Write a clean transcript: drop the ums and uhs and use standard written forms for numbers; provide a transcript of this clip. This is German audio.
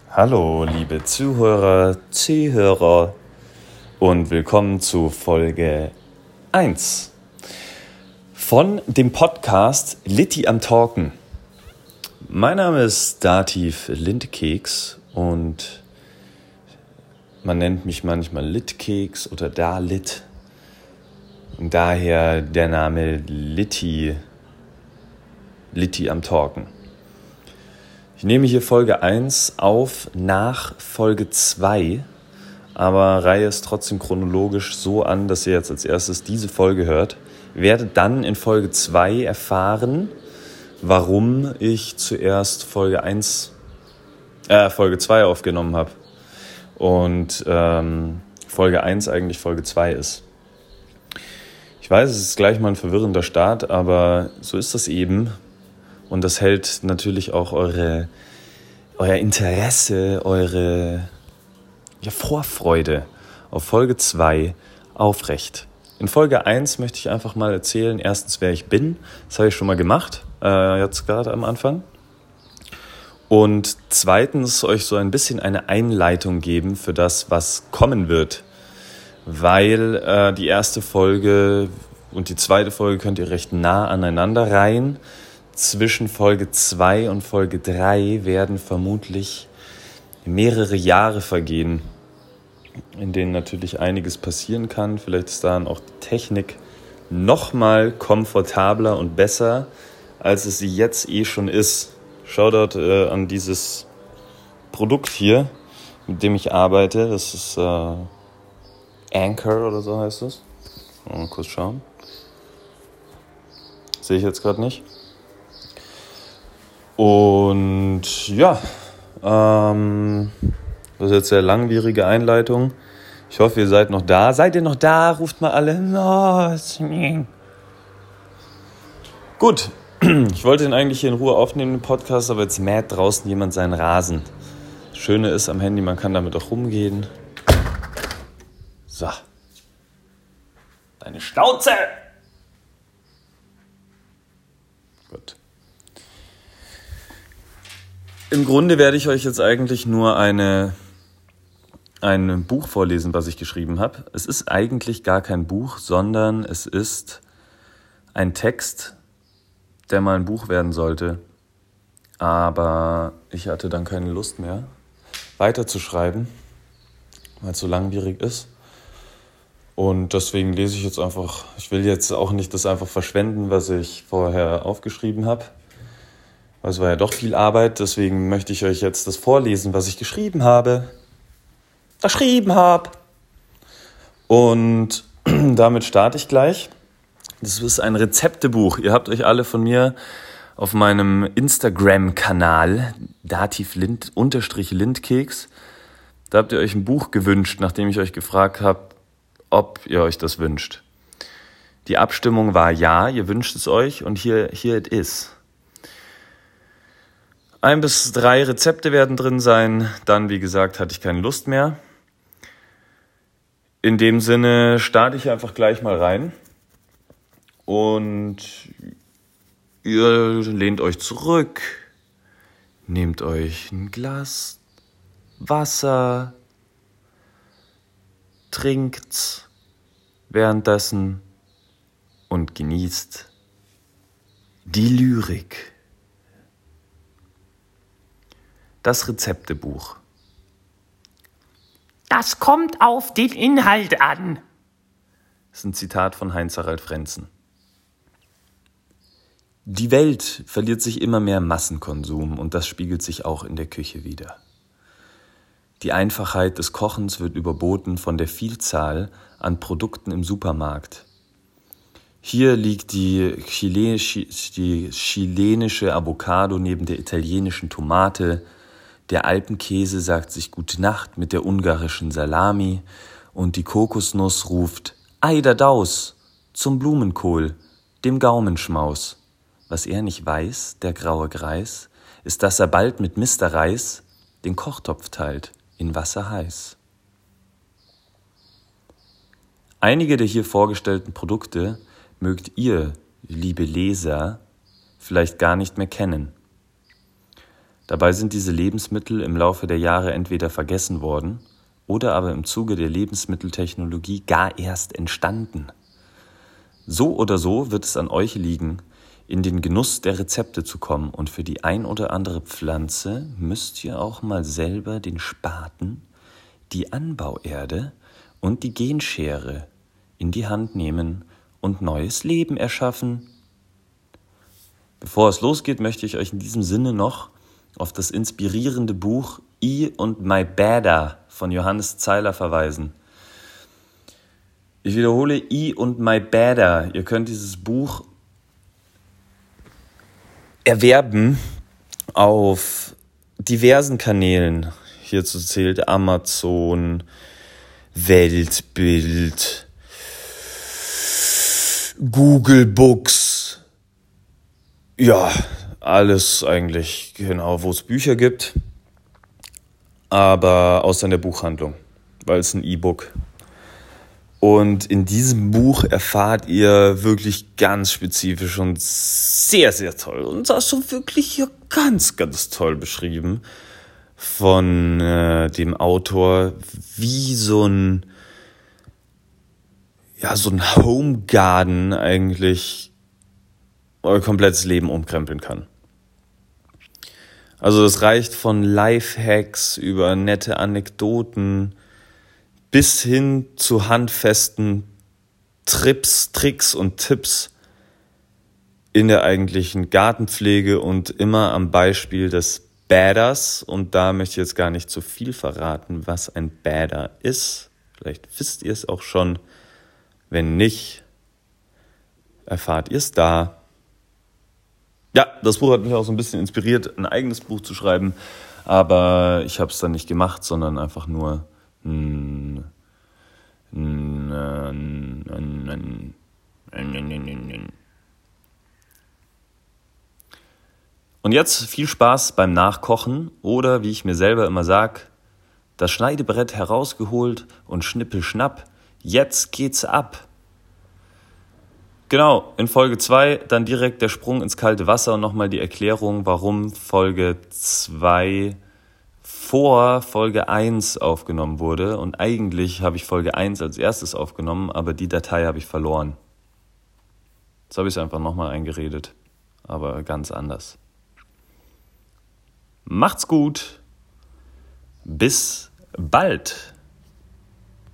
Hallo, liebe Zuhörer und willkommen zu Folge 1 von dem Podcast Litti am Talken. Mein Name ist Dativ Lindkeks und man nennt mich manchmal Litkeks oder Dalit. Und daher der Name Litti am Talken. Ich nehme hier Folge 1 auf nach Folge 2, aber reihe es trotzdem chronologisch so an, dass ihr jetzt als erstes diese Folge hört. Ihr werdet dann in Folge 2 erfahren, warum ich zuerst Folge 2 aufgenommen habe und Folge 1 eigentlich Folge 2 ist. Ich weiß, es ist gleich mal ein verwirrender Start, aber so ist das eben. Und das hält natürlich auch euer Interesse, eure Vorfreude auf Folge 2 aufrecht. In Folge 1 möchte ich einfach mal erzählen, erstens, wer ich bin. Das habe ich schon mal gemacht, jetzt gerade am Anfang. Und zweitens euch so ein bisschen eine Einleitung geben für das, was kommen wird. Weil die erste Folge und die zweite Folge könnt ihr recht nah aneinander reihen. Zwischen Folge 2 und Folge 3 werden vermutlich mehrere Jahre vergehen, in denen natürlich einiges passieren kann. Vielleicht ist dann auch die Technik nochmal komfortabler und besser, als es sie jetzt schon ist. Shoutout an dieses Produkt hier, mit dem ich arbeite. Das ist Anchor oder so heißt es. Mal kurz schauen. Sehe ich jetzt gerade nicht. Und ja, das ist jetzt eine langwierige Einleitung. Ich hoffe, ihr seid noch da. Seid ihr noch da? Ruft mal alle. Gut, ich wollte den eigentlich hier in Ruhe aufnehmen, den Podcast, aber jetzt mäht draußen jemand seinen Rasen. Das Schöne ist am Handy, man kann damit auch rumgehen. So. Deine Schnauze! Gut. Im Grunde werde ich euch jetzt eigentlich nur ein Buch vorlesen, was ich geschrieben habe. Es ist eigentlich gar kein Buch, sondern es ist ein Text, der mal ein Buch werden sollte. Aber ich hatte dann keine Lust mehr, weiterzuschreiben, weil es so langwierig ist. Und deswegen lese ich jetzt einfach, ich will jetzt auch nicht das einfach verschwenden, was ich vorher aufgeschrieben habe. Weil es war ja doch viel Arbeit, deswegen möchte ich euch jetzt das vorlesen, was ich geschrieben habe. Und damit starte ich gleich. Das ist ein Rezeptebuch. Ihr habt euch alle von mir auf meinem Instagram-Kanal dativ_Lindkeks, da habt ihr euch ein Buch gewünscht, nachdem ich euch gefragt habe, ob ihr euch das wünscht. Die Abstimmung war ja, ihr wünscht es euch und here it is. 1 bis 3 Rezepte werden drin sein, dann, wie gesagt, hatte ich keine Lust mehr. In dem Sinne starte ich einfach gleich mal rein und ihr lehnt euch zurück, nehmt euch ein Glas Wasser, trinkt's währenddessen und genießt die Lyrik. Das Rezeptebuch. Das kommt auf den Inhalt an. Das ist ein Zitat von Heinz-Harald Frentzen. Die Welt verliert sich immer mehr im Massenkonsum und das spiegelt sich auch in der Küche wider. Die Einfachheit des Kochens wird überboten von der Vielzahl an Produkten im Supermarkt. Hier liegt die chilenische Avocado neben der italienischen Tomate. Der Alpenkäse sagt sich Gute Nacht mit der ungarischen Salami und die Kokosnuss ruft Eider Daus zum Blumenkohl, dem Gaumenschmaus. Was er nicht weiß, der graue Greis, ist, dass er bald mit Mister Reis den Kochtopf teilt in Wasser heiß. Einige der hier vorgestellten Produkte mögt ihr, liebe Leser, vielleicht gar nicht mehr kennen. Dabei sind diese Lebensmittel im Laufe der Jahre entweder vergessen worden oder aber im Zuge der Lebensmitteltechnologie gar erst entstanden. So oder so wird es an euch liegen, in den Genuss der Rezepte zu kommen. Und für die ein oder andere Pflanze müsst ihr auch mal selber den Spaten, die Anbauerde und die Genschere in die Hand nehmen und neues Leben erschaffen. Bevor es losgeht, möchte ich euch in diesem Sinne noch auf das inspirierende Buch I und My Badder von Johannes Zeiler verweisen. Ich wiederhole, I und My Badder. Ihr könnt dieses Buch erwerben auf diversen Kanälen. Hierzu zählt Amazon, Weltbild, Google Books. Ja, alles eigentlich, genau, wo es Bücher gibt. Aber außer in der Buchhandlung, weil es ein E-Book. Und in diesem Buch erfahrt ihr wirklich ganz spezifisch und sehr, sehr toll. Und das ist schon wirklich ganz, ganz toll beschrieben von dem Autor, wie so ein Homegarden eigentlich euer komplettes Leben umkrempeln kann. Also das reicht von Lifehacks über nette Anekdoten bis hin zu handfesten Tricks und Tipps in der eigentlichen Gartenpflege und immer am Beispiel des Badders. Und da möchte ich jetzt gar nicht zu viel verraten, was ein Badder ist. Vielleicht wisst ihr es auch schon. Wenn nicht, erfahrt ihr es da. Ja, das Buch hat mich auch so ein bisschen inspiriert, ein eigenes Buch zu schreiben. Aber ich habe es dann nicht gemacht, sondern einfach nur Und jetzt viel Spaß beim Nachkochen oder, wie ich mir selber immer sag, das Schneidebrett herausgeholt und schnippelschnapp, jetzt geht's ab. Genau, in Folge 2 dann direkt der Sprung ins kalte Wasser und nochmal die Erklärung, warum Folge 2 vor Folge 1 aufgenommen wurde. Und eigentlich habe ich Folge 1 als erstes aufgenommen, aber die Datei habe ich verloren. Jetzt habe ich es einfach nochmal eingeredet, aber ganz anders. Macht's gut, bis bald.